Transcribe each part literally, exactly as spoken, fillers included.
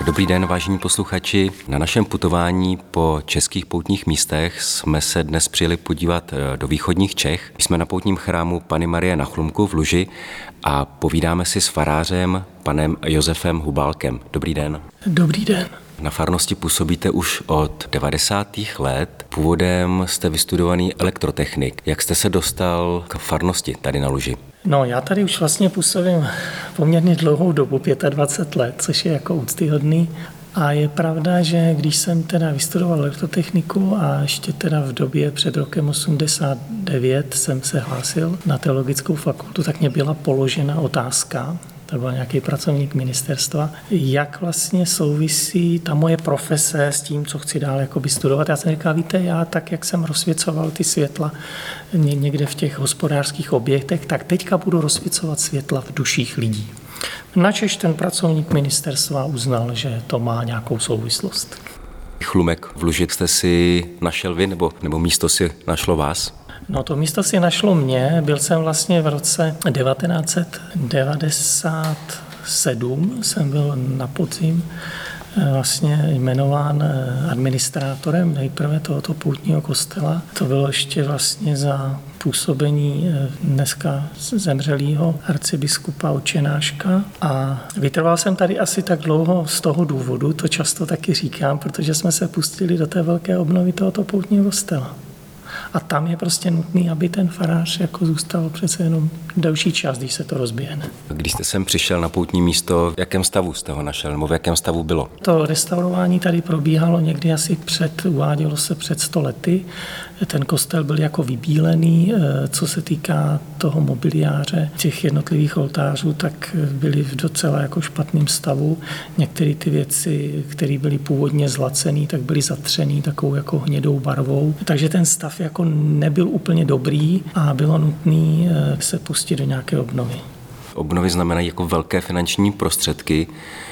Dobrý den, vážení posluchači. Na našem putování po českých poutních místech jsme se dnes přijeli podívat do východních Čech. Jsme na poutním chrámu Panny Marie na Chlumku v Luži a povídáme si s farářem panem Josefem Hubálkem. Dobrý den. Dobrý den. Na farnosti působíte už od devadesátých let. Původem jste vystudovaný elektrotechnik. Jak jste se dostal k farnosti tady na Luži? No, já tady už vlastně působím poměrně dlouhou dobu, dvacet pět let, což je jako úctyhodný. A je pravda, že když jsem teda vystudoval elektrotechniku a ještě teda v době před rokem osmdesát devět jsem se hlásil na teologickou fakultu, tak mě byla položena otázka, to byl nějaký pracovník ministerstva, jak vlastně souvisí ta moje profese s tím, co chci dál jakoby studovat. Já jsem říkal, víte, já tak, jak jsem rozsvěcoval ty světla někde v těch hospodářských objektech, tak teďka budu rozsvěcovat světla v duších lidí. Načež ten pracovník ministerstva uznal, že to má nějakou souvislost. Chlumek v Luži jste si našel vy, nebo, nebo místo si našlo vás? No to místo si našlo mě. Byl jsem vlastně v roce devatenáct set devadesát sedm, jsem byl na podzim vlastně jmenován administrátorem nejprve tohoto poutního kostela. To bylo ještě vlastně za působení dneska zemřelého arcibiskupa Očenáška a vytrval jsem tady asi tak dlouho z toho důvodu, to často taky říkám, protože jsme se pustili do té velké obnovy tohoto poutního kostela. A tam je prostě nutný, aby ten farář jako zůstal přece jenom delší čas, když se to rozběhne. Když jste sem přišel na poutní místo, v jakém stavu jste ho našel, nebo v jakém stavu bylo? To restaurování tady probíhalo někdy asi před, uvádělo se před sto lety. Ten kostel byl jako vybílený, co se týká toho mobiliáře, těch jednotlivých oltářů, tak byly v docela jako špatném stavu. Některé ty věci, které byly původně zlacené, tak byly zatřený takovou jako hnědou barvou. Takže ten stav jako nebyl úplně dobrý a bylo nutné se pustit do nějaké obnovy. Obnovy znamenají jako velké finanční prostředky.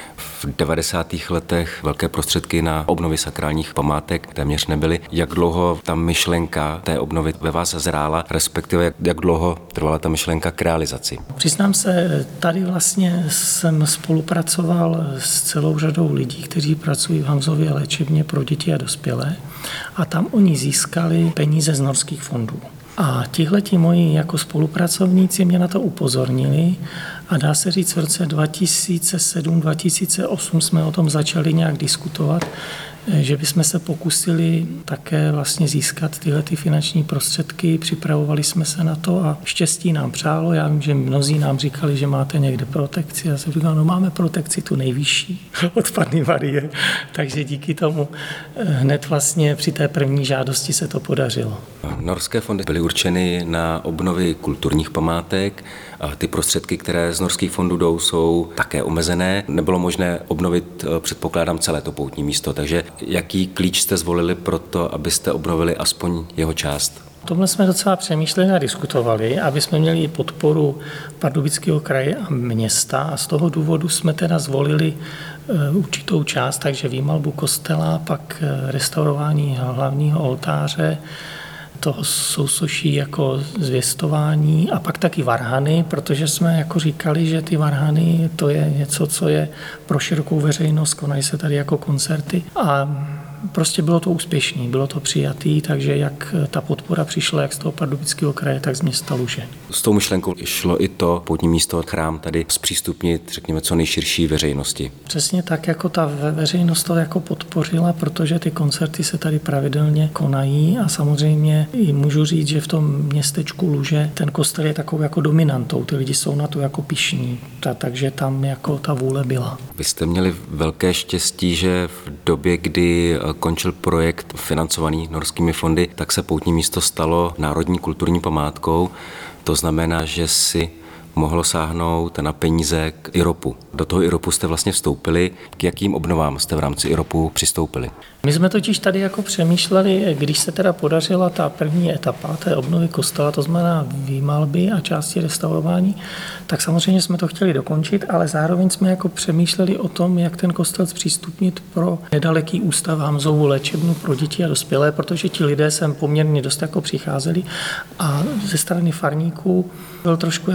V devadesátých letech velké prostředky na obnovy sakrálních památek téměř nebyly. Jak dlouho ta myšlenka té obnovy ve vás zrála, respektive jak, jak dlouho trvala ta myšlenka k realizaci? Přiznám se, tady vlastně jsem spolupracoval s celou řadou lidí, kteří pracují v Hanzově léčebně pro děti a dospělé a tam oni získali peníze z norských fondů. A tihleti moji jako spolupracovníci mě na to upozornili a dá se říct, v roce dva tisíce sedm dva tisíce osm jsme o tom začali nějak diskutovat, že bychom se pokusili také vlastně získat tyhle ty finanční prostředky, připravovali jsme se na to a štěstí nám přálo. Já vím, že mnozí nám říkali, že máte někde protekci. Já jsem říkal, no máme protekci tu nejvyšší od Panny Marie, takže díky tomu hned vlastně při té první žádosti se to podařilo. Norské fondy byly určeny na obnovy kulturních památek. Ty prostředky, které z norských fondů jdou, jsou také omezené. Nebylo možné obnovit, předpokládám, celé to poutní místo. Takže jaký klíč jste zvolili pro to, abyste obnovili aspoň jeho část? O tomhle jsme docela přemýšleli a diskutovali, aby jsme měli podporu Pardubického kraje a města a z toho důvodu jsme teda zvolili určitou část, takže výmalbu kostela, pak restaurování hlavního oltáře, toho sousoší jako zvěstování a pak taky varhany, protože jsme jako říkali, že ty varhany to je něco, co je pro širokou veřejnost, konají se tady jako koncerty a prostě bylo to úspěšný, bylo to přijatý, takže jak ta podpora přišla jak z toho Pardubického kraje, tak z města Luže. S tou myšlenkou šlo i to poutní místo, chrám tady zpřístupnit, řekněme, co nejširší veřejnosti. Přesně tak, jako ta veřejnost to jako podpořila, protože ty koncerty se tady pravidelně konají a samozřejmě i můžu říct, že v tom městečku Luže ten kostel je takovou jako dominantou, ty lidi jsou na to jako pyšní, ta, takže tam jako ta vůle byla. Vy jste měli velké štěstí, že v době, kdy končil projekt financovaný norskými fondy, tak se poutní místo stalo národní kulturní památkou. To znamená, že si mohlo sáhnout na peníze k I R O P u. Do toho I R O P u jste vlastně vstoupili. K jakým obnovám jste v rámci I R O P u přistoupili? My jsme totiž tady jako přemýšleli, když se teda podařila ta první etapa té obnovy kostela, to znamená výmalby a části restaurování, tak samozřejmě jsme to chtěli dokončit, ale zároveň jsme jako přemýšleli o tom, jak ten kostel zpřístupnit pro nedaleký ústav Hanzovu léčebnu pro děti a dospělé, protože ti lidé sem poměrně dost jako přicházeli a ze strany farníků byl trošku jako pro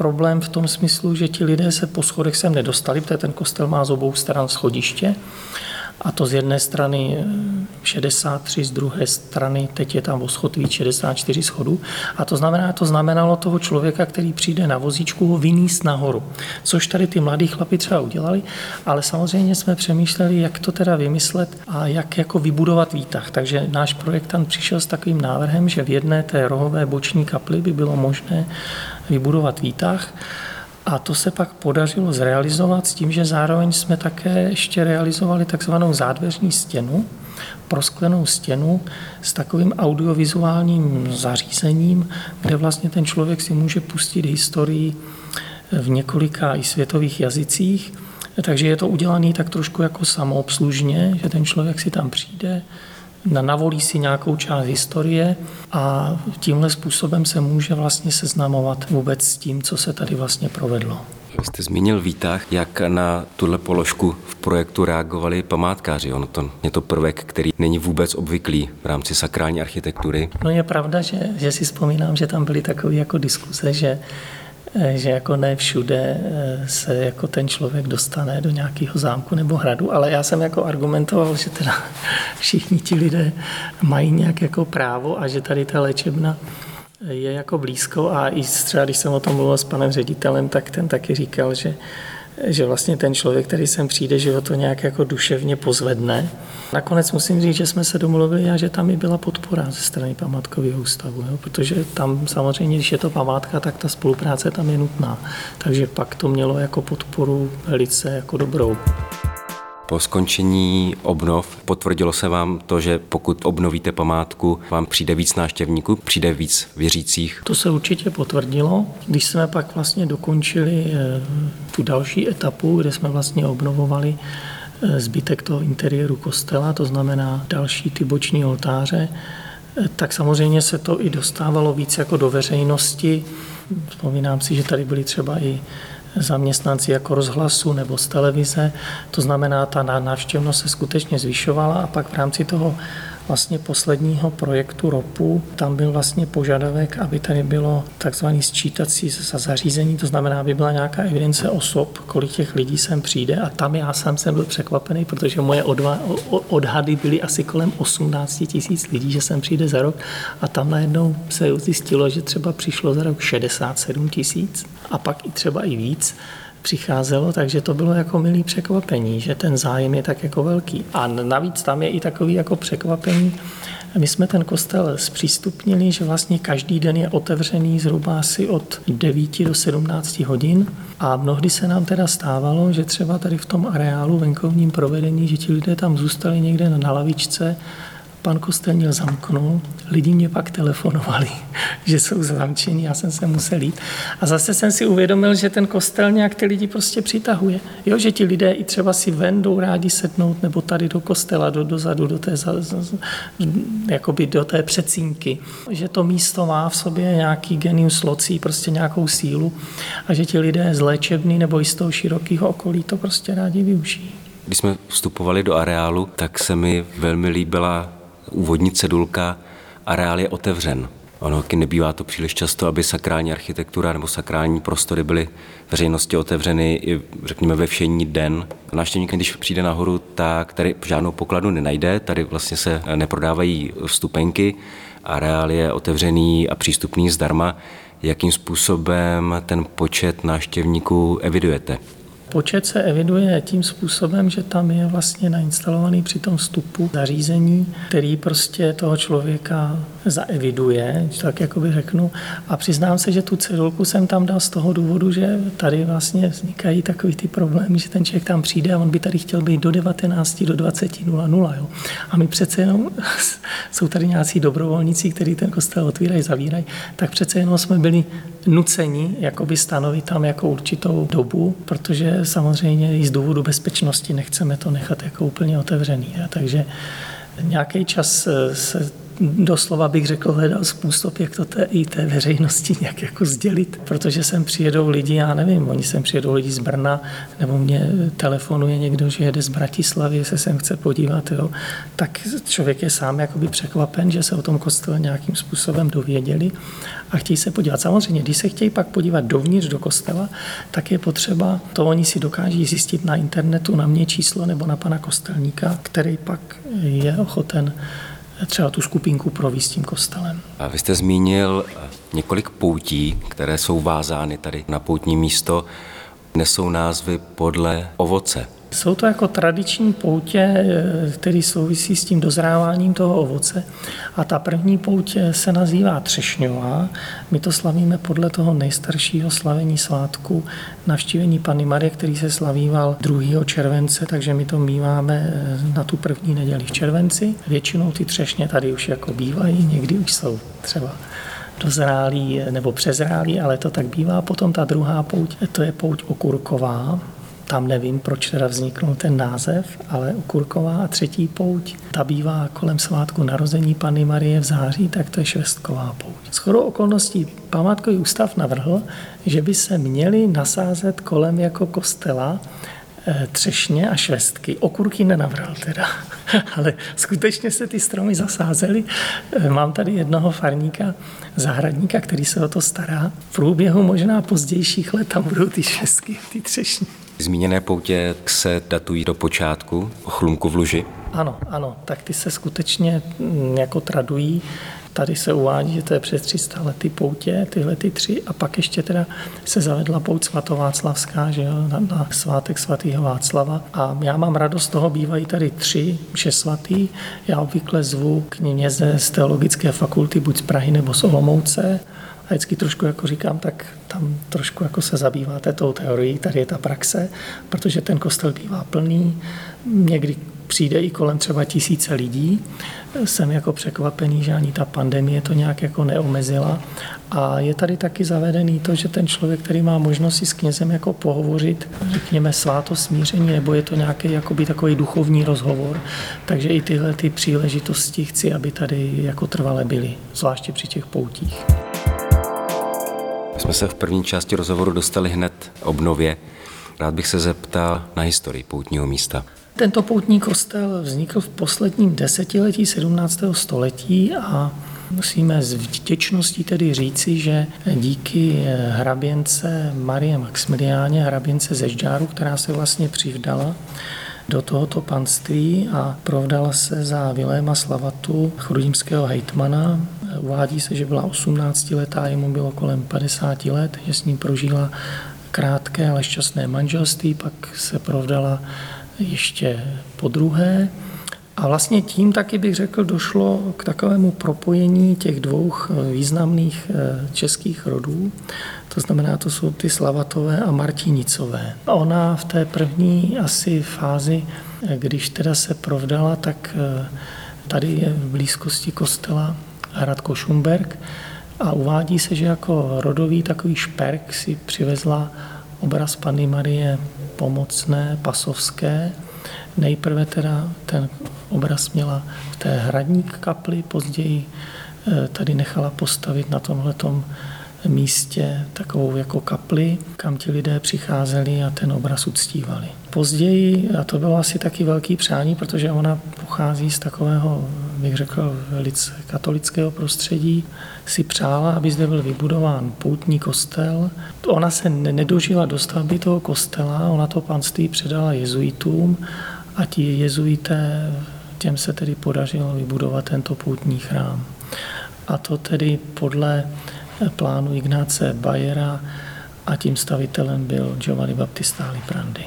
problém v tom smyslu, že ti lidé se po schodech sem nedostali, protože ten kostel má z obou stran schodiště. A to z jedné strany šedesát tři, z druhé strany, teď je tam o schod víc, šedesát čtyři schodů. A to znamená, to znamenalo toho člověka, který přijde na vozíčku, ho vyníst nahoru. Což tady ty mladí chlapi třeba udělali, ale samozřejmě jsme přemýšleli, jak to teda vymyslet a jak jako vybudovat výtah. Takže náš projektant přišel s takovým návrhem, že v jedné té rohové boční kapli by bylo možné vybudovat výtah. A to se pak podařilo zrealizovat s tím, že zároveň jsme také ještě realizovali takzvanou zádveřní stěnu, prosklenou stěnu s takovým audiovizuálním zařízením, kde vlastně ten člověk si může pustit historii v několika i světových jazycích. Takže je to udělané tak trošku jako samoobslužně, že ten člověk si tam přijde, navolí si nějakou část historie a tímhle způsobem se může vlastně seznamovat vůbec s tím, co se tady vlastně provedlo. Vy jste zmínil výtah, jak na tuhle položku v projektu reagovali památkáři. Ono to je to prvek, který není vůbec obvyklý v rámci sakrální architektury. No je pravda, že, že si vzpomínám, že tam byly takové jako diskuze, že že jako ne všude se jako ten člověk dostane do nějakého zámku nebo hradu, ale já jsem jako argumentoval, že teda všichni ti lidé mají nějak jako právo a že tady ta léčebna je jako blízko a i třeba, když jsem o tom mluvil s panem ředitelem, tak ten taky říkal, že že vlastně ten člověk, který sem přijde, že ho to nějak jako duševně pozvedne. Nakonec musím říct, že jsme se domluvili a že tam i byla podpora ze strany památkového ústavu, jo? Protože tam samozřejmě, když je to památka, tak ta spolupráce tam je nutná. Takže pak to mělo jako podporu velice jako dobrou. Po skončení obnov potvrdilo se vám to, že pokud obnovíte památku, vám přijde víc návštěvníků, přijde víc věřících? To se určitě potvrdilo. Když jsme pak vlastně dokončili tu další etapu, kde jsme vlastně obnovovali zbytek toho interiéru kostela, to znamená další ty boční oltáře, tak samozřejmě se to i dostávalo víc jako do veřejnosti. Vzpomínám si, že tady byli třeba i zaměstnanci jako rozhlasu nebo z televize. To znamená, ta návštěvnost se skutečně zvyšovala a pak v rámci toho vlastně posledního projektu ropu, tam byl vlastně požadavek, aby tady bylo takzvaný sčítací zařízení, to znamená, aby byla nějaká evidence osob, kolik těch lidí sem přijde a tam já sám jsem byl překvapený, protože moje odva, odhady byly asi kolem osmnáct tisíc lidí, že sem přijde za rok a tam najednou se zjistilo, že třeba přišlo za rok šedesát sedm tisíc a pak i třeba i víc přicházelo, takže to bylo jako milý překvapení, že ten zájem je tak jako velký. A navíc tam je i takový jako překvapení. My jsme ten kostel zpřístupnili, že vlastně každý den je otevřený zhruba asi od devíti do sedmnácti hodin a mnohdy se nám teda stávalo, že třeba tady v tom areálu venkovním provedení, že ti lidé tam zůstali někde na lavičce, pan kostelník zamknul, lidi mě pak telefonovali, že jsou zamčení, já jsem se musel jít. A zase jsem si uvědomil, že ten kostel nějak ty lidi prostě přitahuje. Jo, že ti lidé i třeba si ven jdou rádi sednout, nebo tady do kostela, do, dozadu, do té, jakoby do té předsínky. Že to místo má v sobě nějaký genius loci, prostě nějakou sílu a že ti lidé z léčebny nebo i z toho širokého okolí to prostě rádi využijí. Když jsme vstupovali do areálu, tak se mi velmi líbila úvodní cedulka areál je otevřen. Ono taky nebývá to příliš často, aby sakrální architektura nebo sakrální prostory byly veřejnosti otevřeny i, řekněme, ve všední den. Návštěvník, když přijde nahoru, tak tady žádnou pokladnu nenajde, tady vlastně se neprodávají vstupenky, areál je otevřený a přístupný zdarma. Jakým způsobem ten počet návštěvníků evidujete? Počet se eviduje tím způsobem, že tam je vlastně nainstalovaný při tom vstupu zařízení, který prostě toho člověka zaeviduje, tak jakoby řeknu. A přiznám se, že tu cedulku jsem tam dal z toho důvodu, že tady vlastně vznikají takový ty problémy, že ten člověk tam přijde a on by tady chtěl být do devatenácti, do dvaceti nula nula. Jo. A my přece jenom, jsou tady nějací dobrovolníci, kteří ten kostel otvírají, zavírají, tak přece jenom jsme byli nuceni jakoby stanovit tam jako určitou dobu, protože samozřejmě i z důvodu bezpečnosti nechceme to nechat jako úplně otevřený. A takže nějaký čas se doslova bych řekl, hledal způsob, jak to té, i té veřejnosti nějak jako sdělit, protože sem přijedou lidi, já nevím, oni sem přijedou lidi z Brna, nebo mě telefonuje někdo, že jede z Bratislavy, se sem chce podívat, jo, tak člověk je sám jakoby překvapen, že se o tom kostele nějakým způsobem dověděli a chtějí se podívat. Samozřejmě, když se chtějí pak podívat dovnitř do kostela, tak je potřeba, to oni si dokáží zjistit na internetu, na mě číslo nebo na pana kostelníka, který pak je ochoten třeba tu skupinku provést tím kostelem. A vy jste zmínil několik poutí, které jsou vázány tady na poutní místo, nesou názvy podle ovoce. Jsou to jako tradiční poutě, které souvisí s tím dozráváním toho ovoce. A ta první poutě se nazývá Třešňová. My to slavíme podle toho nejstaršího slavení svátku Navštívení Panny Marie, který se slavíval druhého července, takže my to míváme na tu první neděli v červenci. Většinou ty třešně tady už jako bývají, někdy už jsou třeba dozrálí nebo přezrálí, ale to tak bývá. Potom ta druhá pouť, to je pouť okurková. Tam nevím, proč teda vzniknul ten název, ale okurková. A třetí pouť, ta bývá kolem svátku narození Panny Marie v září, tak to je švestková pouť. Shodou okolností památkový ústav navrhl, že by se měly nasázet kolem jako kostela třešně a švestky. Okurky nenavrhl teda, ale skutečně se ty stromy zasázely. Mám tady jednoho farníka, zahradníka, který se o to stará. V průběhu možná pozdějších let tam budou ty švestky, ty třešně. Zmíněné poutě se datují do počátku Chlumku v Luži. Ano, ano, tak ty se skutečně jako tradují. Tady se uvádí, že to je přes tři sta lety poutě, tyhle ty tři, a pak ještě teda se zavedla pouť svatováclavská, že jo, na, na svátek svatého Václava. A já mám radost z toho, bývají tady tři mše svatý. Já obvykle zvu kněze z teologické fakulty, buď z Prahy nebo z Olomouce. A vždycky trošku jako říkám, tak tam trošku jako se zabýváte tou teorií, tady je ta praxe, protože ten kostel bývá plný, někdy přijde i kolem třeba tisíce lidí. Jsem jako překvapený, že ani ta pandemie to nějak jako neomezila. A je tady taky zavedený to, že ten člověk, který má možnost si s knězem jako pohovořit, řekněme svátost smíření, nebo je to nějaký jakoby takový duchovní rozhovor. Takže i tyhle ty příležitosti chci, aby tady jako trvale byly, zvláště při těch poutích. My jsme se v první části rozhovoru dostali hned obnově. Rád bych se zeptal na historii poutního místa. Tento poutní kostel vznikl v posledním desetiletí sedmnáctého století a musíme s vděčností tedy říci, že díky hraběnce Marie Maxmiliáně, hraběnce ze Žďáru, která se vlastně přivdala do tohoto panství a provdala se za Viléma Slavatu, chrudimského hejtmana. Uvádí se, že byla osmnáctiletá, jemu bylo kolem padesáti let, že s ním prožila krátké, ale šťastné manželství, pak se provdala ještě po druhé. A vlastně tím taky bych řekl, došlo k takovému propojení těch dvou významných českých rodů. To znamená, to jsou ty Slavatové a Martinicové. A ona v té první asi fázi, když teda se provdala, tak tady je v blízkosti kostela hrad Košumberk a uvádí se, že jako rodový takový šperk si přivezla obraz Panny Marie Pomocné, Pasovské. Nejprve teda ten obraz měla v té hradník kapli, později tady nechala postavit na tomhletom místě takovou jako kapli, kam ti lidé přicházeli a ten obraz uctívali. Později, a to bylo asi taky velký přání, protože ona pochází z takového, bych řekl, velice katolického prostředí, si přála, aby zde byl vybudován poutní kostel. Ona se nedožila do stavby toho kostela, ona to panství předala jezuitům a ti jezuité, těm se tedy podařilo vybudovat tento poutní chrám. A to tedy podle plánu Ignáce Bajera a tím stavitelem byl Giovanni Battista Liprandi.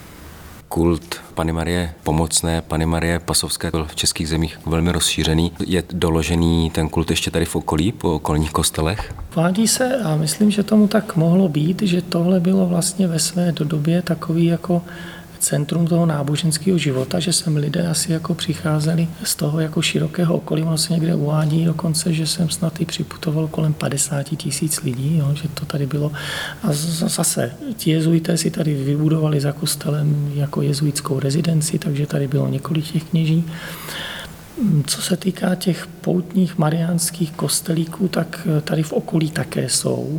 Kult Panny Marie Pomocné, Panny Marie Pasovské byl v českých zemích velmi rozšířený. Je doložený ten kult ještě tady v okolí, po okolních kostelech? Vádí se a myslím, že tomu tak mohlo být, že tohle bylo vlastně ve své době takový jako centrum toho náboženského života, že sem lidé asi jako přicházeli z toho jako širokého okolí. Ono se někde uvádí dokonce, že jsem snad i připutoval kolem padesát tisíc lidí, jo, že to tady bylo. A zase ti jezuité si tady vybudovali za kostelem jako jezuitskou rezidenci, takže tady bylo několik těch kněží. Co se týká těch poutních mariánských kostelíků, tak tady v okolí také jsou.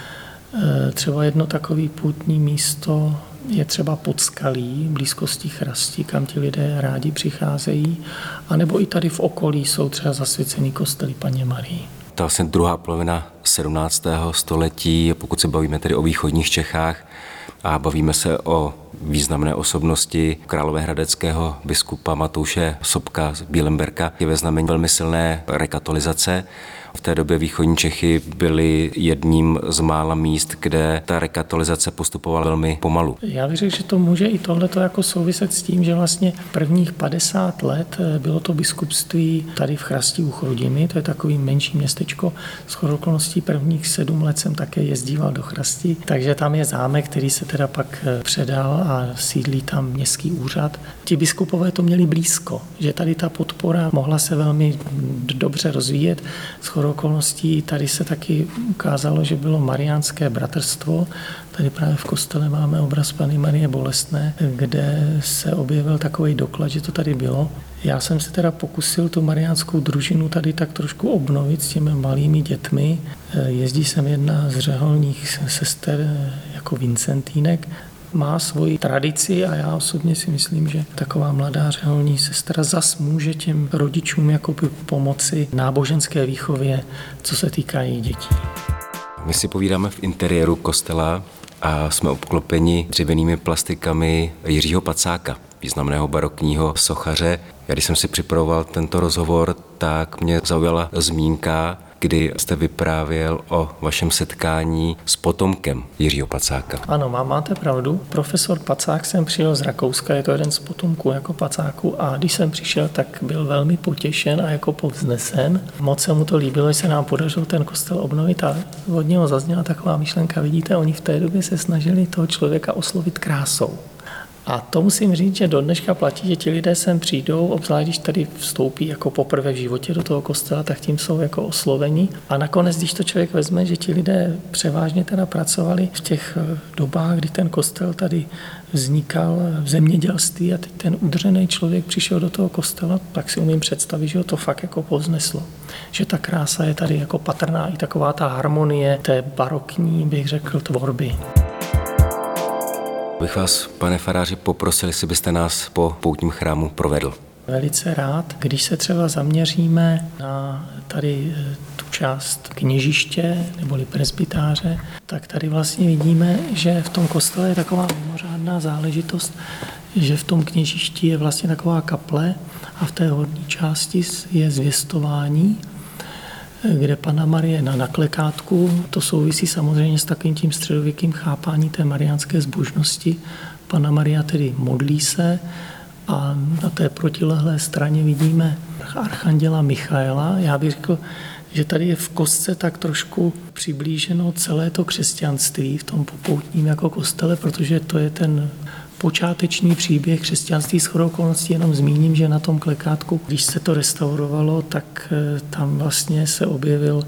Třeba jedno takové poutní místo je třeba Podskalí, v blízkosti Chrastí, kam ti lidé rádi přicházejí, anebo i tady v okolí jsou třeba zasvěcený kostely Panně Marii. To je vlastně druhá polovina sedmnáctého století, pokud se bavíme tedy o východních Čechách a bavíme se o významné osobnosti královéhradeckého biskupa Matouše Sobka z Bílemberka. Je ve znamení velmi silné rekatolizace. V té době východní Čechy byly jedním z mála míst, kde ta rekatolizace postupovala velmi pomalu. Já bych řekl, že to může i tohleto jako souviset s tím, že vlastně prvních padesát let bylo to biskupství tady v Chrastí u Chrudimi, to je takový menší městečko. Shodou okolností prvních sedm let jsem také jezdíval do Chrastí, takže tam je zámek, který se teda pak předal a sídlí tam městský úřad. Ti biskupové to měli blízko, že tady ta podpora mohla se velmi dobře rozvíjet. Shodou okolností tady se taky ukázalo, že bylo mariánské bratrstvo. Tady právě v kostele máme obraz Panny Marie Bolestné, kde se objevil takový doklad, že to tady bylo. Já jsem se teda pokusil tu mariánskou družinu tady tak trošku obnovit s těmi malými dětmi. Jezdí sem jedna z řeholních sester jako Vincentínek. Má svoji tradici a já osobně si myslím, že taková mladá řeholní sestra zas může těm rodičům jakoby pomoci náboženské výchově, co se týká jejich dětí. My si povídáme v interiéru kostela a jsme obklopeni dřevěnými plastikami Jiřího Pacáka, významného barokního sochaře. Já když jsem si připravoval tento rozhovor, tak mě zaujala zmínka, kdy jste vyprávěl o vašem setkání s potomkem Jiřího Pacáka. Ano, má, máte pravdu. Profesor Pacák jsem přijel z Rakouska, je to jeden z potomků jako Pacáku a když jsem přišel, tak byl velmi potěšen a jako povznesen. Moc se mu to líbilo, že se nám podařilo ten kostel obnovit a od něho zazněla taková myšlenka. Vidíte, oni v té době se snažili toho člověka oslovit krásou. A to musím říct, že do dneška platí, že ti lidé sem přijdou, obzvlášť když tady vstoupí jako poprvé v životě do toho kostela, tak tím jsou jako oslovení. A nakonec, když to člověk vezme, že ti lidé převážně teda pracovali v těch dobách, kdy ten kostel tady vznikal v zemědělství a teď ten udřený člověk přišel do toho kostela, tak si umím představit, že ho to fakt jako povzneslo. Že ta krása je tady jako patrná, i taková ta harmonie té barokní, bych řekl, tvorby. Bych vás, pane faráři, poprosil, jestli byste nás po poutním chrámu provedl. Velice rád, když se třeba zaměříme na tady tu část kněžiště neboli presbytáře, tak tady vlastně vidíme, že v tom kostele je taková mimořádná záležitost, že v tom kněžišti je vlastně taková kaple a v té horní části je zvěstování, kde Panna Marie na naklekátku, to souvisí samozřejmě s takovým tím středověkým chápání té mariánské zbožnosti. Panna Maria tedy modlí se a na té protilehlé straně vidíme archanděla Michaela. Já bych řekl, že tady je v kostce tak trošku přiblíženo celé to křesťanství v tom popoutním jako kostele, protože to je ten počáteční příběh křesťanství. Shodou okolností jenom zmíním, že na tom klekátku, když se to restaurovalo, tak tam vlastně se objevil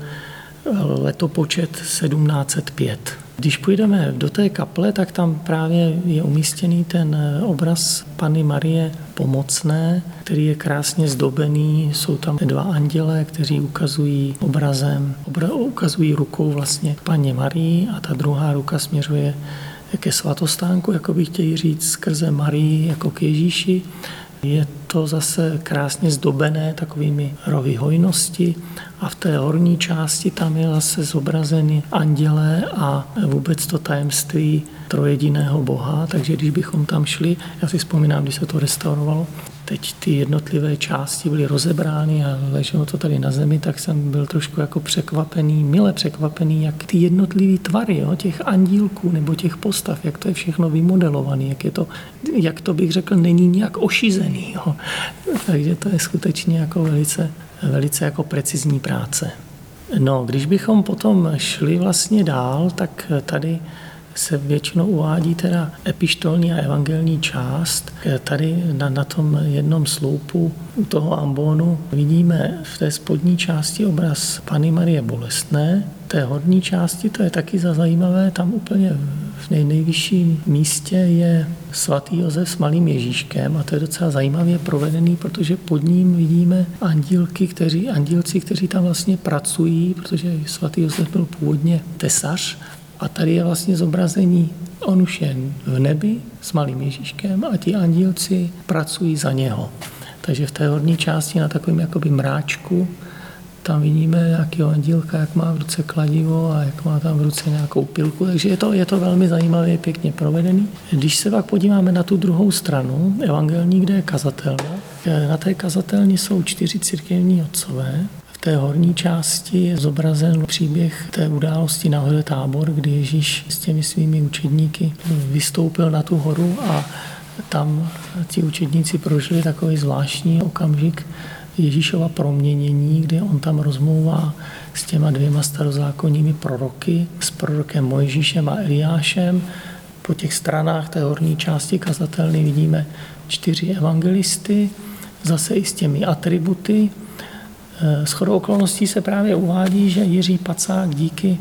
letopočet sedmnáct set pět. Když půjdeme do té kaple, tak tam právě je umístěný ten obraz Panny Marie Pomocné, který je krásně zdobený. Jsou tam dva anděle, kteří ukazují obrazem, obra, ukazují rukou vlastně Panně Marii a ta druhá ruka směřuje ke svatostánku, jako by chtějí říct skrze Marii jako k Ježíši. Je to zase krásně zdobené takovými rohy hojnosti a v té horní části tam je zase zobrazeny anděle a vůbec to tajemství trojediného Boha, takže když bychom tam šli, já si vzpomínám, když se to restaurovalo, teď ty jednotlivé části byly rozebrány a leželo to tady na zemi, tak jsem byl trošku jako překvapený, mile překvapený, jak ty jednotlivé tvary, jo, těch andílků nebo těch postav, jak to je všechno vymodelované, jak je to, jak to bych řekl, není nějak ošizený. Jo. Takže to je skutečně jako velice, velice jako precizní práce. No, když bychom potom šli vlastně dál, tak tady se většinou uvádí teda epištolní a evangelní část. Tady na, na tom jednom sloupu u toho ambonu vidíme v té spodní části obraz Panny Marie Bolestné té horní části, to je taky za zajímavé, tam úplně v nej, nejvyšším místě je svatý Josef s malým Ježíškem a to je docela zajímavě provedený, protože pod ním vidíme andílky, kteří, andílci, kteří tam vlastně pracují, protože svatý Josef byl původně tesař a tady je vlastně zobrazení, on už je v nebi s malým Ježíškem a ti andílci pracují za něho. Takže v té horní části na takovém jakoby mráčku tam vidíme nějakého andílka, jak má v ruce kladivo a jak má tam v ruce nějakou pilku, takže je to, je to velmi zajímavě, pěkně provedený. Když se pak podíváme na tu druhou stranu, evangelní, kde je kazatelna, na té kazatelně jsou čtyři církevní otcové. V té horní části je zobrazen příběh té události na hoře Tábor, kdy Ježíš s těmi svými učedníky vystoupil na tu horu a tam ti učedníci prožili takový zvláštní okamžik Ježíšova proměnění, kdy on tam rozmlouvá s těma dvěma starozákonními proroky, s prorokem Mojžíšem a Eliášem. Po těch stranách té horní části kazatelny vidíme čtyři evangelisty, zase i s těmi atributy. Shodou okolností se právě uvádí, že Jiří Pacák díky,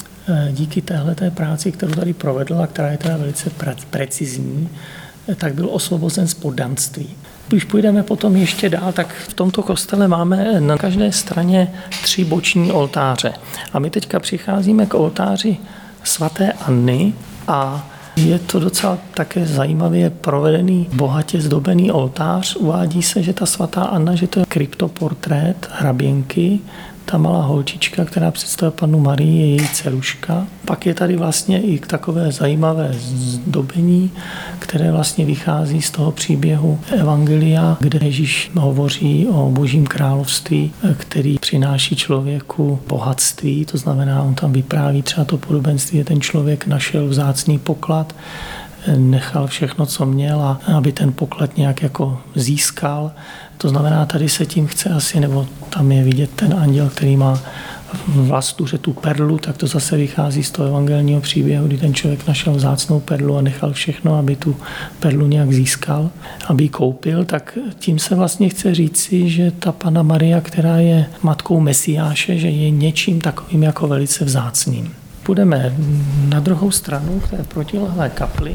díky téhleté práci, kterou tady provedl a která je teda velice precizní, tak byl osvobozen z poddanství. Když půjdeme potom ještě dál, tak v tomto kostele máme na každé straně tři boční oltáře. A my teďka přicházíme k oltáři svaté Anny a je to docela také zajímavě provedený, bohatě zdobený oltář. Uvádí se, že ta svatá Anna, že to je kryptoportrét hraběnky, ta malá holčička, která představuje Pannu Marii, je její dceruška. Pak je tady vlastně i takové zajímavé zdobení, které vlastně vychází z toho příběhu Evangelia, kde Ježíš hovoří o Božím království, který přináší člověku bohatství. To znamená, on tam vypráví třeba to podobenství, že ten člověk našel vzácný poklad, nechal všechno, co měl, a aby ten poklad nějak jako získal. To znamená, tady se tím chce asi, nebo tam je vidět ten anděl, který má vlastu, že tu perlu, tak to zase vychází z toho evangelního příběhu, kdy ten člověk našel vzácnou perlu a nechal všechno, aby tu perlu nějak získal, aby ji koupil, tak tím se vlastně chce říci, že ta Panna Maria, která je matkou Mesiáše, že je něčím takovým jako velice vzácným. Půjdeme na druhou stranu, k té protilehlé kapli,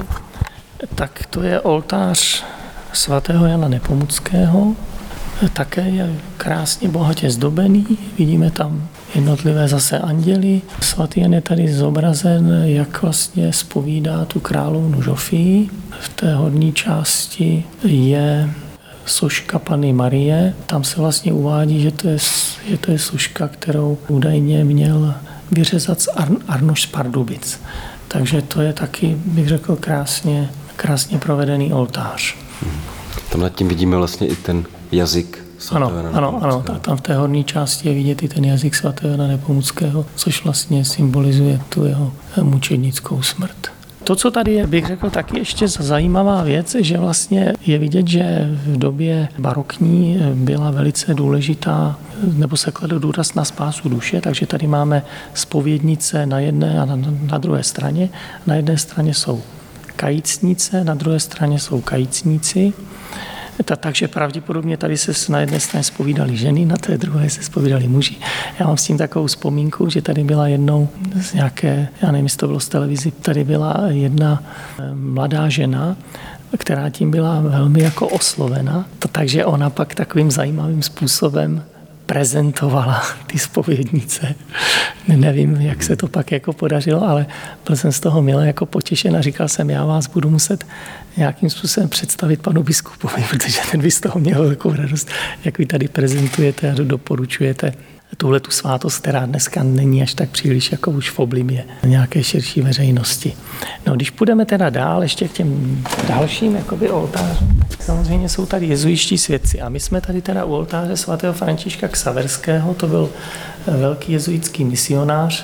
tak to je oltář svatého Jana Nepomuckého. Také je krásně bohatě zdobený. Vidíme tam jednotlivé zase anděly. Svatý Jan je tady zobrazen, jak vlastně zpovídá tu královnu Žofii. V té horní části je soška Panny Marie. Tam se vlastně uvádí, že to je, že to je soška, kterou údajně měl vyřezat z Ar- Arnoš z Pardubic. Takže to je taky, bych řekl, krásně, krásně provedený oltář. Tam nad tím vidíme vlastně i ten jazyk svatého Jana Ano, ano, ano. Tam v té horní části je vidět i ten jazyk svatého Jana Nepomuckého, což vlastně symbolizuje tu jeho mučednickou smrt. To, co tady je, bych řekl, taky ještě zajímavá věc, že vlastně je vidět, že v době barokní byla velice důležitá, nebo se kladl důraz na spásu duše, takže tady máme zpovědnice na jedné a na, na druhé straně. Na jedné straně jsou kajícnice, na druhé straně jsou kajícníci. Takže pravděpodobně tady se na jedné straně zpovídali ženy, na té druhé se zpovídali muži. Já mám s tím takovou vzpomínku, že tady byla jednou z nějaké, já nevím, jestli to bylo z televizi, tady byla jedna mladá žena, která tím byla velmi jako oslovena, takže ona pak takovým zajímavým způsobem prezentovala ty zpovědnice. Nevím, jak se to pak jako podařilo, ale byl jsem z toho milé jako potěšen a říkal jsem, já vás budu muset nějakým způsobem představit panu biskupovi, protože ten by z toho měl velkou radost, jak vy tady prezentujete a doporučujete tuhle tu svátost, která dneska není až tak příliš jako už v oblibě nějaké širší veřejnosti. No, když půjdeme teda dál, ještě k těm dalším jakoby oltářům, samozřejmě jsou tady jezuiští svědci a my jsme tady teda u oltáře svatého Františka Xaverského, to byl velký jezuitský misionář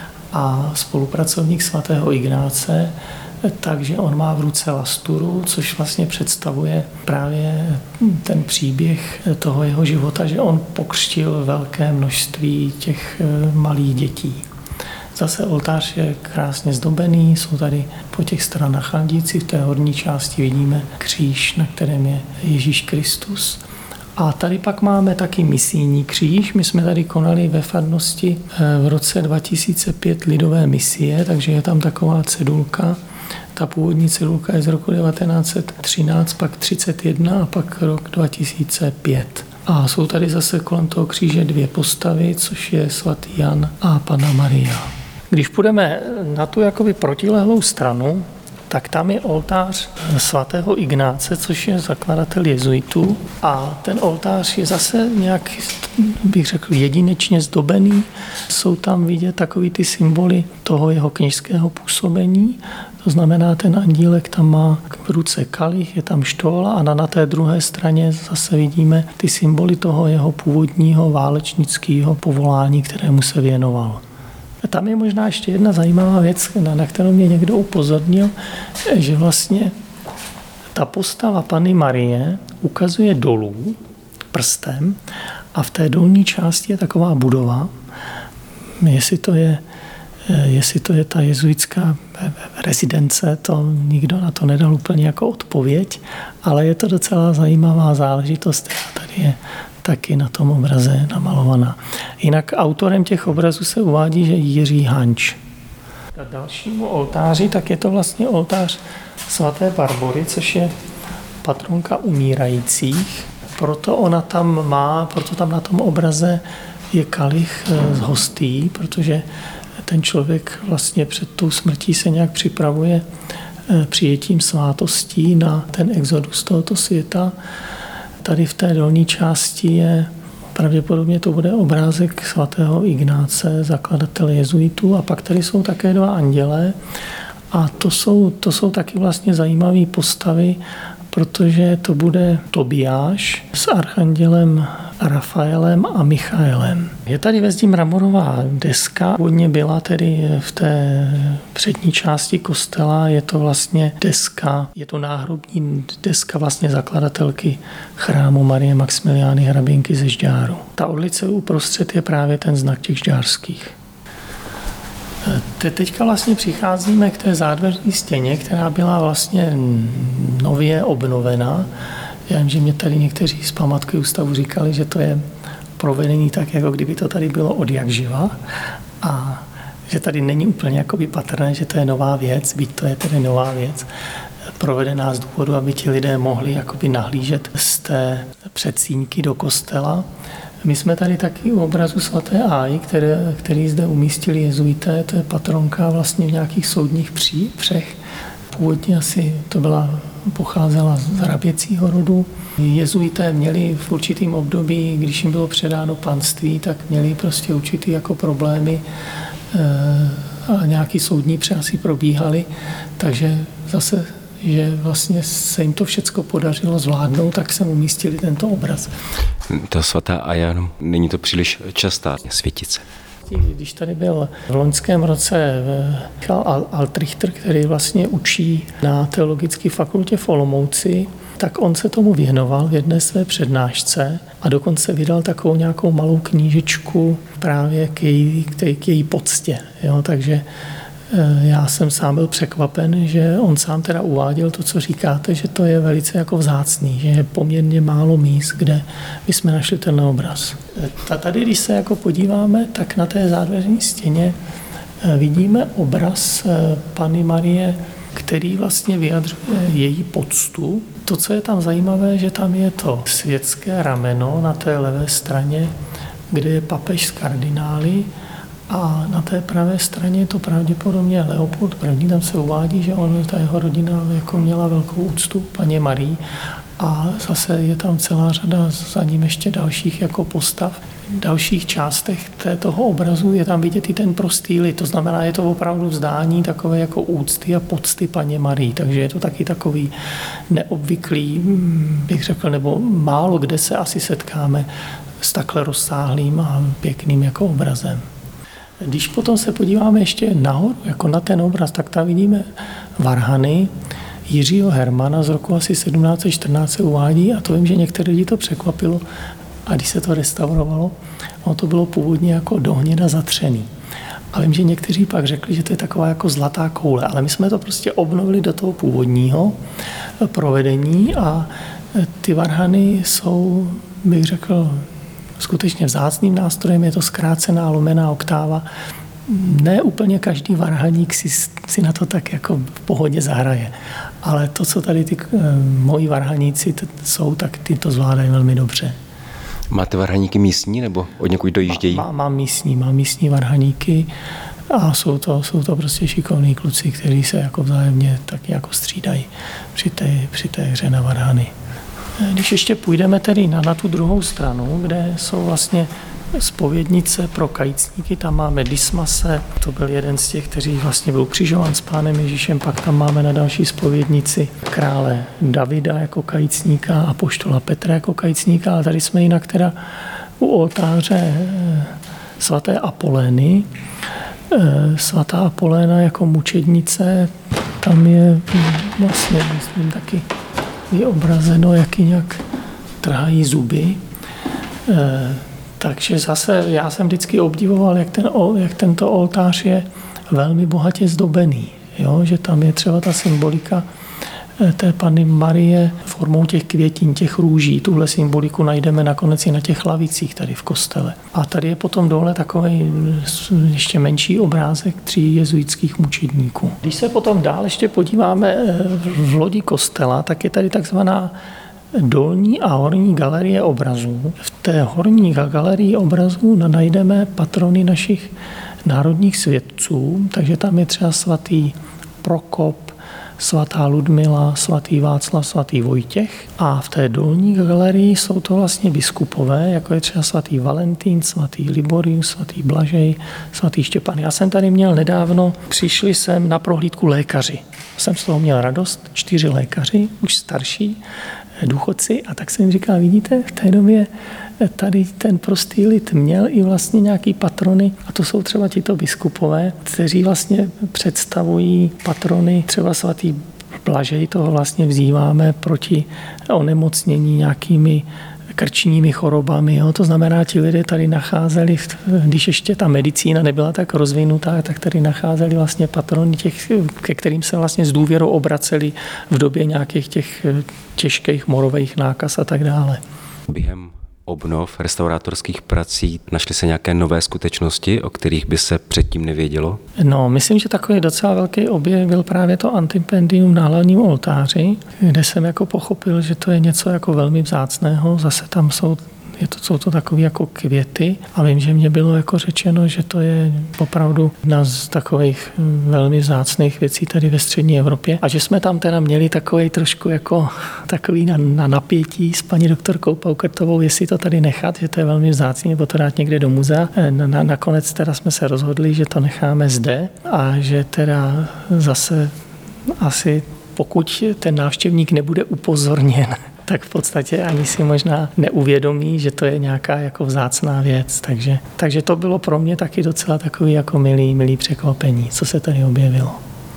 a spolupracovník svatého Ignáce, takže on má v ruce lasturu, což vlastně představuje právě ten příběh toho jeho života, že on pokřtil velké množství těch malých dětí. Zase oltář je krásně zdobený, jsou tady po těch stranách andíci, v té horní části vidíme kříž, na kterém je Ježíš Kristus. A tady pak máme taky misijní kříž. My jsme tady konali ve farnosti v roce dva tisíce pět lidové misie, takže je tam taková cedulka. Ta původní cedulka je z roku devatenáct set třináct, pak třicet jedna a pak rok dva tisíce pět. A jsou tady zase kolem toho kříže dvě postavy, což je svatý Jan a Panna Maria. Když půjdeme na tu jakoby protilehlou stranu, tak tam je oltář svatého Ignáce, což je zakladatel jezuitů. A ten oltář je zase nějak, bych řekl, jedinečně zdobený. Jsou tam vidět takový ty symboly toho jeho kněžského působení. To znamená, ten andílek tam má v ruce kalich, je tam štola a na, na té druhé straně zase vidíme ty symboly toho jeho původního válečnického povolání, kterému se věnoval. A tam je možná ještě jedna zajímavá věc, na, na kterou mě někdo upozornil, že vlastně ta postava Panny Marie ukazuje dolů prstem a v té dolní části je taková budova. Jestli to je, jestli to je ta jezuitská rezidence, to nikdo na to nedal úplně jako odpověď, ale je to docela zajímavá záležitost. Tady je taky na tom obraze namalovaná. Jinak autorem těch obrazů se uvádí, že Jiří Hanč. A dalšímu oltáři, tak je to vlastně oltář svaté Barbory, což je patronka umírajících. Proto ona tam má, proto tam na tom obraze je kalich z hostí, protože ten člověk vlastně před tou smrtí se nějak připravuje přijetím svátostí na ten exodus tohoto světa. Tady v té dolní části je, pravděpodobně to bude obrázek svatého Ignáce, zakladatele jezuitů, a pak tady jsou také dva andělé a to jsou, to jsou taky vlastně zajímavé postavy, protože to bude Tobiáš s archandělem Rafaelem a Michaelem. Je tady ve zdi mramorová deska, původně byla tedy v té přední části kostela, je to vlastně deska, je to náhrobní deska vlastně zakladatelky chrámu Marie Maximiliány Hraběnky ze Žďáru. Ta odlice uprostřed je právě ten znak těch žďárských. Teďka vlastně přicházíme k té zádveřní stěně, která byla vlastně nově obnovena. Já vím, že mě tady někteří z památkového ústavu říkali, že to je provedení tak, jako kdyby to tady bylo od jak živa a že tady není úplně jakoby patrné, že to je nová věc, byť to je tedy nová věc, provedená z důvodu, aby ti lidé mohli jakoby nahlížet z té předsíňky do kostela. My jsme tady taky u obrazu svaté Áji, které, který zde umístili jezuité, to je patronka vlastně v nějakých soudních přípřech. Původně asi to byla, pocházela z hraběcího rodu. Jezuité měli v určitém období, když jim bylo předáno panství, tak měli prostě určitý jako problémy a nějaký soudní pře asi probíhaly, takže zase, že vlastně se jim to všecko podařilo zvládnout, tak se umístili tento obraz. Ta svatá Ája, není to příliš častá světice. Když tady byl v loňském roce Michal Altrichter, který vlastně učí na teologické fakultě v Olomouci, tak on se tomu věnoval v jedné své přednášce a dokonce vydal takovou nějakou malou knížičku právě k její, k její poctě. Jo? Takže já jsem sám byl překvapen, že on sám teda uváděl to, co říkáte, že to je velice jako vzácný, že je poměrně málo míst, kde bychom našli ten obraz. Tady, když se jako podíváme, tak na té zádveřní stěně vidíme obraz Panny Marie, který vlastně vyjadřuje její poctu. To, co je tam zajímavé, že tam je to světské rameno na té levé straně, kde je papež s kardinály, a na té pravé straně je to pravděpodobně Leopold I. Tam se uvádí, že on, ta jeho rodina jako měla velkou úctu Panně Marii a zase je tam celá řada za ním ještě dalších jako postav. V dalších částech toho obrazu je tam vidět i ten prostý lid, to znamená, je to opravdu vzdání takové jako úcty a pocty Panně Marii, takže je to taky takový neobvyklý, bych řekl, nebo málo kde se asi setkáme s takhle rozsáhlým a pěkným jako obrazem. Když potom se podíváme ještě nahoru, jako na ten obraz, tak tam vidíme varhany Jiřího Hermana z roku asi sedmnáct set čtrnáct se uvádí, a to vím, že některé lidi to překvapilo, a když se to restaurovalo, ono to bylo původně jako do hněda zatřený. A vím, že někteří pak řekli, že to je taková jako zlatá koule, ale my jsme to prostě obnovili do toho původního provedení a ty varhany jsou bych řekl, skutečně vzácným nástrojem, je to zkrácená lomená oktáva. Ne úplně každý varhaník si, si na to tak jako v pohodě zahraje, ale to, co tady ty moji varhaníci t- jsou, tak ty to zvládají velmi dobře. Máte varhaníky místní nebo od někud dojíždějí? Má, mám místní, mám místní varhaníky a jsou to, jsou to prostě šikovní kluci, kteří se jako vzájemně tak jako střídají při té, při té hře na varhany. Když ještě půjdeme tedy na, na tu druhou stranu, kde jsou vlastně zpovědnice pro kajícníky, tam máme Dismase, to byl jeden z těch, kteří vlastně byl ukřižován s Pánem Ježíšem, pak tam máme na další zpovědnici krále Davida jako kajícníka a apoštola Petra jako kajícníka, ale tady jsme jinak teda u oltáře svaté Apolény. Svatá Apoléna jako mučednice, tam je vlastně, myslím, taky vyobrazeno, jak nějak trhají zuby. Takže zase já jsem vždycky obdivoval, jak, ten, jak tento oltář je velmi bohatě zdobený. Jo? Že tam je třeba ta symbolika té Panny Marie formou těch květin, těch růží. Tuhle symboliku najdeme nakonec i na těch lavicích tady v kostele. A tady je potom dole takový ještě menší obrázek tří jezuitských mučedníků. Když se potom dál ještě podíváme v lodi kostela, tak je tady takzvaná dolní a horní galerie obrazů. V té horní galerii obrazů najdeme patrony našich národních světců, takže tam je třeba svatý Prokop, svatá Ludmila, svatý Václav, svatý Vojtěch. A v té dolní galerii jsou to vlastně biskupové, jako je třeba svatý Valentín, svatý Liborius, svatý Blažej, svatý Štěpán. Já jsem tady měl nedávno, přišli jsem na prohlídku lékaři. Jsem z toho měl radost, čtyři lékaři, už starší, důchodci, a tak jsem říkal, vidíte, v té době tady ten prostý lid měl i vlastně nějaký patrony, a to jsou třeba tito biskupové, kteří vlastně představují patrony, třeba svatý Blažej, toho vlastně vzýváme proti onemocnění nějakými krčními chorobami. Jo. To znamená, ti lidé tady nacházeli, když ještě ta medicína nebyla tak rozvinutá, tak tady nacházeli vlastně patrony těch, ke kterým se vlastně s důvěrou obraceli v době nějakých těch těžkých morových nákaz a tak dále. Během obnov restaurátorských prací našly se nějaké nové skutečnosti, o kterých by se předtím nevědělo? No, myslím, že takový docela velký objev byl právě to antipendium na hlavním oltáři, kde jsem jako pochopil, že to je něco jako velmi vzácného. Zase tam jsou Je to, jsou to takové jako květy a vím, že mě bylo jako řečeno, že to je opravdu jedna z takových velmi vzácných věcí tady ve střední Evropě a že jsme tam teda měli takový trošku jako takový na, na napětí s paní doktorkou Paukertovou, jestli to tady nechat, že to je velmi vzácný, nebo to dát někde do muzea. Na, na, nakonec teda jsme se rozhodli, že to necháme zde a že teda zase asi pokud ten návštěvník nebude upozorněn, tak v podstatě ani si možná neuvědomí, že to je nějaká jako vzácná věc. Takže, takže to bylo pro mě taky docela takový jako milý, milý překvapení, co se tady objevilo.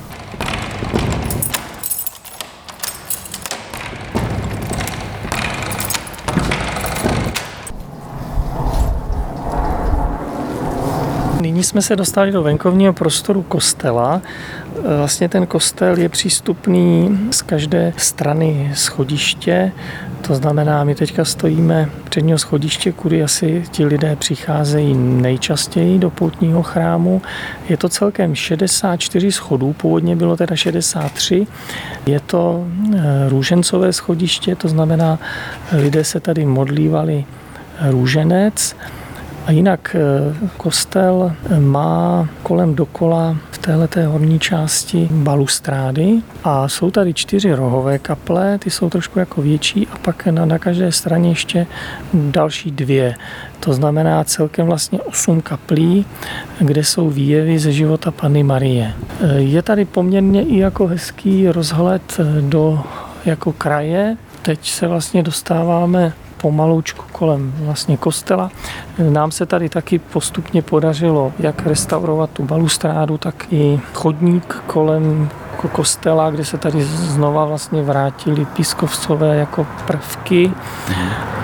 Nyní jsme se dostali do venkovního prostoru kostela. Vlastně ten kostel je přístupný z každé strany schodiště. To znamená, my teďka stojíme předního schodiště, kudy asi ti lidé přicházejí nejčastěji do poutního chrámu. Je to celkem šedesát čtyři schodů, původně bylo teda šedesát tři. Je to růžencové schodiště, to znamená, lidé se tady modlívali růženec. A jinak kostel má kolem dokola v téhleté horní části balustrády a jsou tady čtyři rohové kaple, ty jsou trošku jako větší a pak na, na každé straně ještě další dvě. To znamená celkem vlastně osm kaplí, kde jsou výjevy ze života Panny Marie. Je tady poměrně i jako hezký rozhled do jako kraje. Teď se vlastně dostáváme pomaloučku kolem vlastně kostela. Nám se tady taky postupně podařilo jak restaurovat tu balustrádu, tak i chodník kolem kostela, kde se tady znova vlastně vrátili pískovcové jako prvky.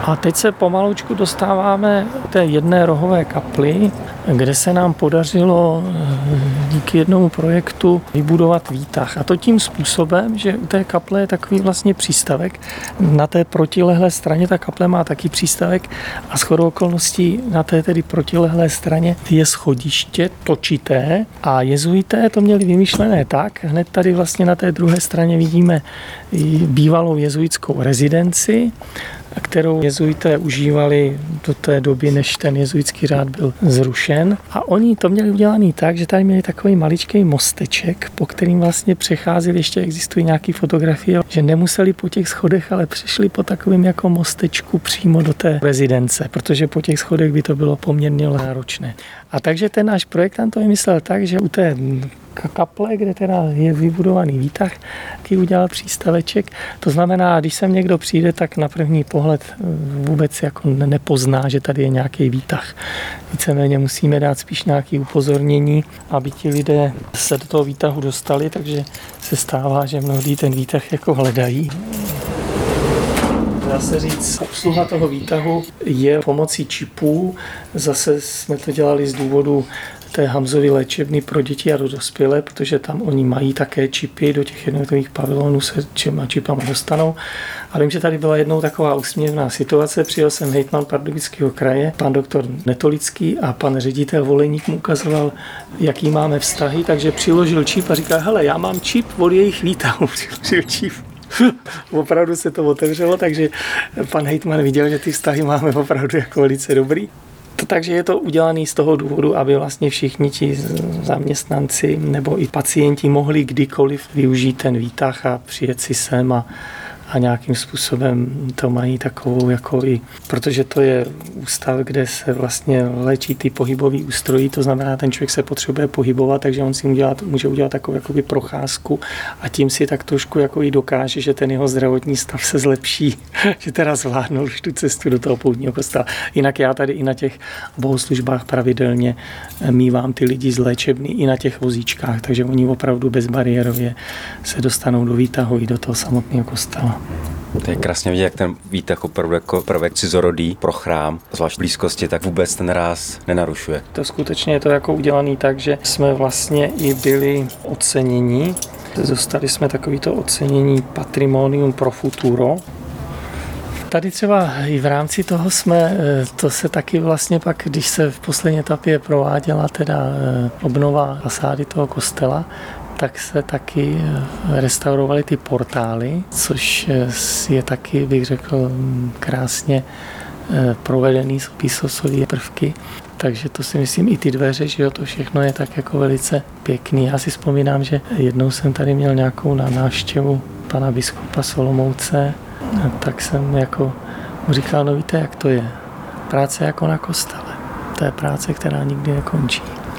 A teď se pomalučku dostáváme k té jedné rohové kapli, kde se nám podařilo díky jednomu projektu vybudovat výtah. A to tím způsobem, že u té kaple je takový vlastně přístavek. Na té protilehlé straně ta kaple má taky přístavek a shodou okolností na té tedy protilehlé straně je schodiště točité a jezuité to měli vymyšlené tak. Hned tady vlastně na té druhé straně vidíme bývalou jezuitskou rezidenci, kterou jezuité užívali do té doby, než ten jezuitský řád byl zrušen. A oni to měli udělaný tak, že tady měli takový maličký mosteček, po kterým vlastně přecházeli, ještě existují nějaké fotografie, že nemuseli po těch schodech, ale přišli po takovém jako mostečku přímo do té rezidence, protože po těch schodech by to bylo poměrně náročné. A takže ten náš projektant to vymyslel tak, že u té kaple, kde teda je vybudovaný výtah, taky udělal přístaveček. To znamená, když sem někdo přijde, tak na první pohled vůbec jako nepozná, že tady je nějaký výtah. Víceméně musíme dát spíš nějaké upozornění, aby ti lidé se do toho výtahu dostali, takže se stává, že mnohdy ten výtah jako hledají. Dá se říct, obsluha toho výtahu je pomocí čipů. Zase jsme to dělali z důvodu té Hamzovy léčebny pro děti a do dospělé, protože tam oni mají také čipy, do těch jednotlivých pavilonů se těma čipama dostanou. A vím, že tady byla jednou taková úsměvná situace. Přijel jsem hejtman Pardubického kraje, pan doktor Netolický a pan ředitel Voleník mu ukazoval, jaký máme vztahy, takže přiložil čip a říkal, hele, já mám čip od jejich výtahu. Přiložil čip. Opravdu se to otevřelo, takže pan hejtman viděl, že ty vztahy máme opravdu jako velice dobrý. Takže je to udělané z toho důvodu, aby vlastně všichni ti zaměstnanci nebo i pacienti mohli kdykoliv využít ten výtah a přijet si sem a, a nějakým způsobem to mají takovou jako i, protože to je ústav, kde se vlastně léčí ty pohybový ústrojí, to znamená, ten člověk se potřebuje pohybovat, takže on si udělat, může udělat takovou jakoby procházku a tím si tak trošku jako i dokáže, že ten jeho zdravotní stav se zlepší, že teda zvládnul už tu cestu do toho poutního kostela. Jinak já tady i na těch bohoslužbách pravidelně mívám ty lidi z léčebny i na těch vozíčkách, takže oni opravdu bezbariérově se dostanou do výtahu i do toho samotného kostela. To je krásně vidět, jak ten výtah opravdu jako prvek cizorodý pro chrám, zvlášť v blízkosti, tak vůbec ten ráz nenarušuje. To skutečně je to jako udělaný tak, že jsme vlastně i byli oceněni. Dostali jsme takovýto ocenění Patrimonium pro futuro. Tady třeba i v rámci toho jsme, to se taky vlastně pak, když se v poslední etapě prováděla teda obnova fasády toho kostela, tak se taky restaurovaly ty portály, což je taky, bych řekl, krásně provedený z písosové prvky. Takže to si myslím, i ty dveře, že jo, to všechno je tak jako velice pěkný. Já si vzpomínám, že jednou jsem tady měl nějakou návštěvu pana biskupa Solomouce, tak jsem jako mu říkal, no víte, jak to je. Práce jako na kostele. To je práce, která nikdy nekončí.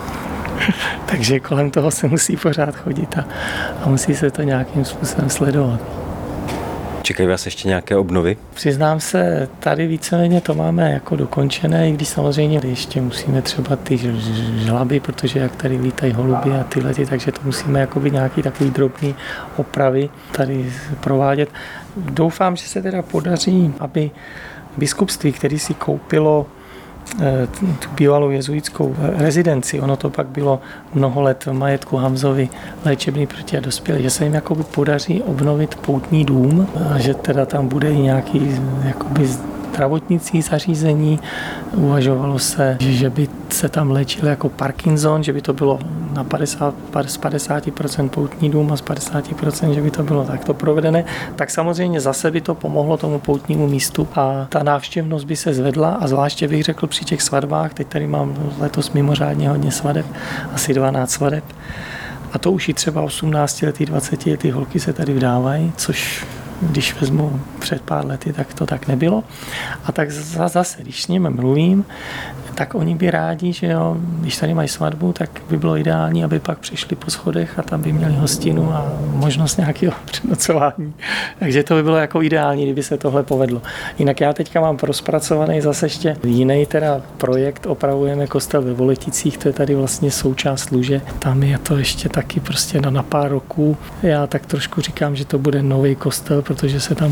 Takže kolem toho se musí pořád chodit a, a musí se to nějakým způsobem sledovat. Čekají vás ještě nějaké obnovy? Přiznám se, tady víceméně to máme jako dokončené, i když samozřejmě ještě musíme třeba ty žlaby, protože jak tady lítají holuby a tyhle, takže to musíme jakoby nějaký takový drobný opravy tady provádět. Doufám, že se teda podaří, aby biskupství, který si koupilo tu bývalou jezuitskou rezidenci, ono to pak bylo mnoho let v majetku Hamzovy léčebny pro děti a dospělé, že se jim jakoby podaří obnovit poutní dům a že teda tam bude i nějaký jakoby zdravotnicí zařízení. Uvažovalo se, že by se tam léčil jako Parkinson, že by to bylo na padesát, z padesáti procent poutní dům a z padesáti procent, že by to bylo takto provedené. Tak samozřejmě zase by to pomohlo tomu poutnímu místu a ta návštěvnost by se zvedla a zvláště bych řekl při těch svatbách, teď tady mám letos mimořádně hodně svadeb, asi dvanáct svadeb. A to už i třeba osmnáctiletý, dvacetiletý holky se tady vdávají, což když vezmu před pár lety, tak to tak nebylo. A tak zase, když s nimi mluvím, tak oni by rádi, že jo, když tady mají svatbu, tak by bylo ideální, aby pak přišli po schodech a tam by měli hostinu a možnost nějakého přenocování. Takže to by bylo jako ideální, kdyby se tohle povedlo. Jinak já teďka mám rozpracovaný zase ještě jiný teda projekt, opravujeme kostel ve Voleticích, to je tady vlastně součást Luže. Tam je to ještě taky prostě na, na pár roků. Já tak trošku říkám, že to bude nový kostel, protože se tam udělal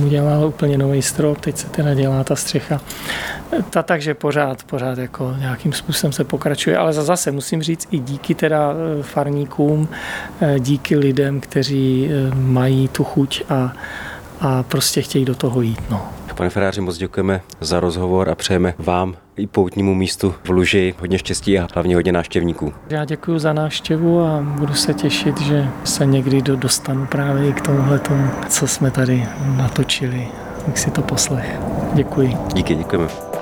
udělal úplně nový strop, teď se teda dělá ta střecha. Ta, takže pořád, pořád jako nějakým způsobem se pokračuje, ale zase musím říct i díky teda farníkům, díky lidem, kteří mají tu chuť a, a prostě chtějí do toho jít. No. Pane faráři, moc děkujeme za rozhovor a přejeme vám i poutnímu místu v Luži hodně štěstí a hlavně hodně návštěvníků. Já děkuji za návštěvu a budu se těšit, že se někdy dostanu právě i k tomuhletomu, co jsme tady natočili, jak si to poslech. Děkuji. Díky, děkujeme.